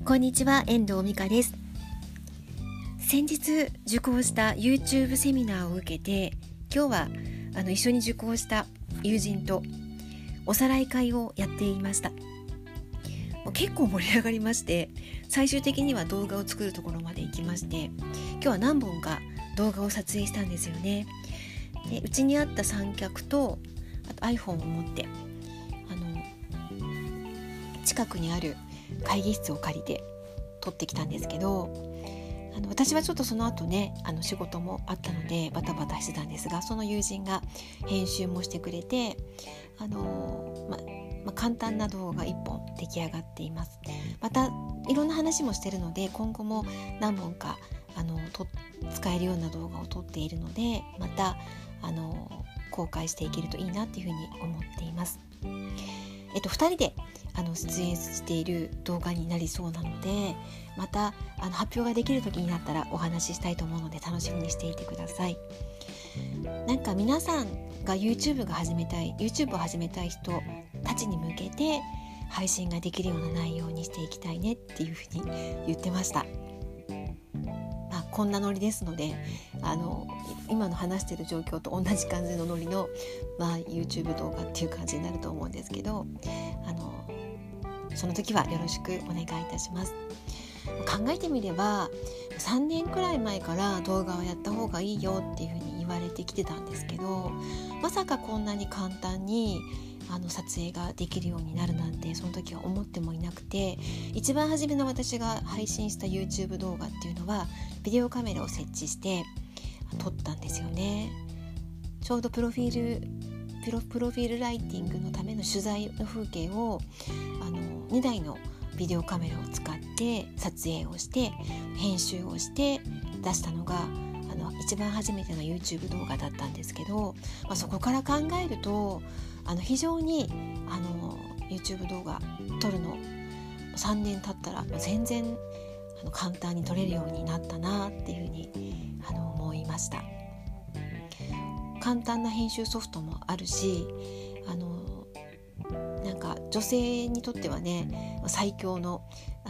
こんにちは、遠藤美香です。先日受講した YouTube セミナーを受けて、今日は一緒に受講した友人とおさらい会をやっていました。結構盛り上がりまして、最終的には動画を作るところまで行きまして、今日は何本か動画を撮影したんですよね。で、うちにあった三脚とあと iPhone を持って近くにある会議室を借りて撮ってきたんですけど、私はちょっとその後ね仕事もあったのでバタバタしてたんですが、その友人が編集もしてくれて簡単な動画1本出来上がっています。またいろんな話もしてるので、今後も何本か使えるような動画を撮っているので、また公開していけるといいなっていうふうに思っています。2人で出演している動画になりそうなので、また発表ができる時になったらお話ししたいと思うので、楽しみにしていてください。なんか皆さんが YouTube を始めたい人たちに向けて配信ができるような内容にしていきたいねっていうふうに言ってました。こんなノリですので、今の話している状況と同じ感じのノリの、YouTube 動画っていう感じになると思うんですけど、その時はよろしくお願いいたします。考えてみれば3年くらい前から動画をやった方がいいよっていうふうに言われてきてたんですけど、まさかこんなに簡単に撮影ができるようになるなんてその時は思ってもいなくて、一番初めの私が配信した YouTube 動画っていうのはビデオカメラを設置して撮ったんですよね。ちょうどプロフィールライティングのための取材の風景を2台のビデオカメラを使って撮影をして編集をして出したのが一番初めての YouTube 動画だったんですけど、そこから考えると非常にYouTube 動画撮るの3年経ったら全然簡単に撮れるようになったなっていうふうに思いました。簡単な編集ソフトもあるし、なんか女性にとってはね最強の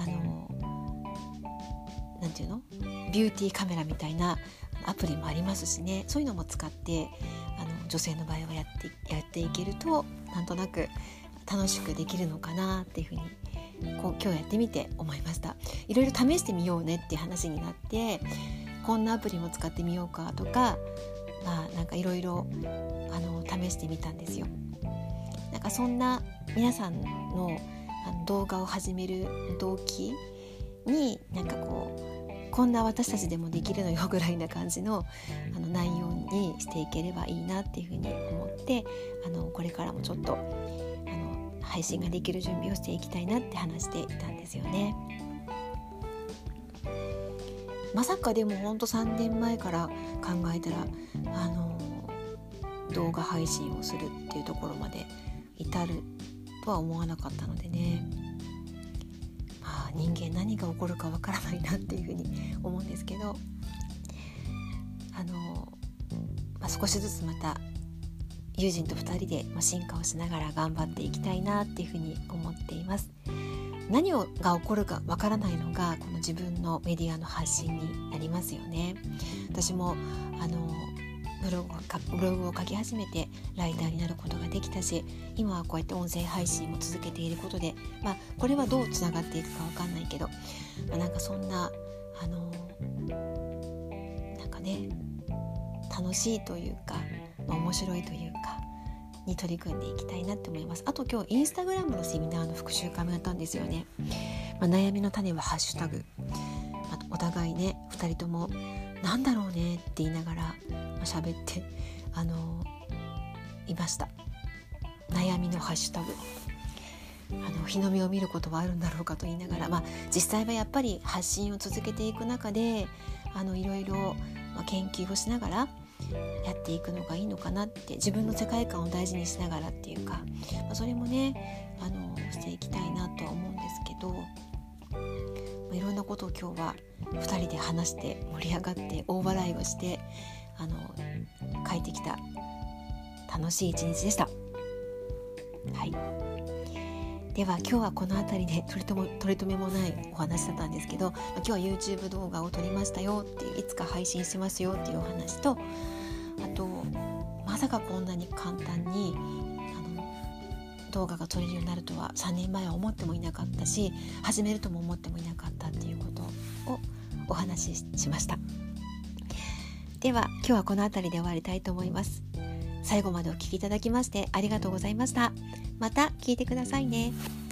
なんていうのビューティーカメラみたいなアプリもありますしね、そういうのも使って女性の場合はやっていけるとなんとなく楽しくできるのかなっていうふうに今日やってみて思いました。いろいろ試してみようねっていう話になって、こんなアプリも使ってみようかとか、なんかいろいろ試してみたんですよ。なんかそんな皆さんの動画を始める動機になんかこんな私たちでもできるのよぐらいな感じの内容にしていければいいなっていうふうに思って、これからもちょっと配信ができる準備をしていきたいなって話していたんですよね。まさかでもほんと3年前から考えたら動画配信をするっていうところまで至るとは思わなかったのでね、人間何が起こるかわからないなっていうふうに思うんですけど、少しずつまた友人と2人で進化をしながら頑張っていきたいなっていうふうに思っています。何が起こるかわからないのがこの自分のメディアの発信になりますよね。私もブログを書き始めてライターになることができたし、今はこうやって音声配信も続けていることで、これはどうつながっていくかわかんないけど、なんかそんななんかね楽しいというか、面白いというかに取り組んでいきたいなって思います。あと今日インスタグラムのセミナーの復習会もやったんですよね。悩みの種はハッシュタグ、お互いね2人ともなんだろうねって言いながら喋っていました。悩みのハッシュタグ、日の目を見ることはあるんだろうかと言いながら、実際はやっぱり発信を続けていく中でいろいろ研究をしながらやっていくのがいいのかなって、自分の世界観を大事にしながらっていうか、それもねしていきたいなとは思うんですけど、いろんなことを今日は2人で話して盛り上がって大笑いをして書いてきた楽しい一日でした。はい。 では今日はこの辺りで取り留めもないお話だったんですけど、今日は YouTube 動画を撮りましたよっていう、いつか配信しますよっていうお話と、あとまさかこんなに簡単に動画が撮れるようになるとは3年前は思ってもいなかったし、始めるとも思ってもいなかったっていうことをお話ししました。では今日はこの辺りで終わりたいと思います。最後までお聞きいただきましてありがとうございました。また聞いてくださいね。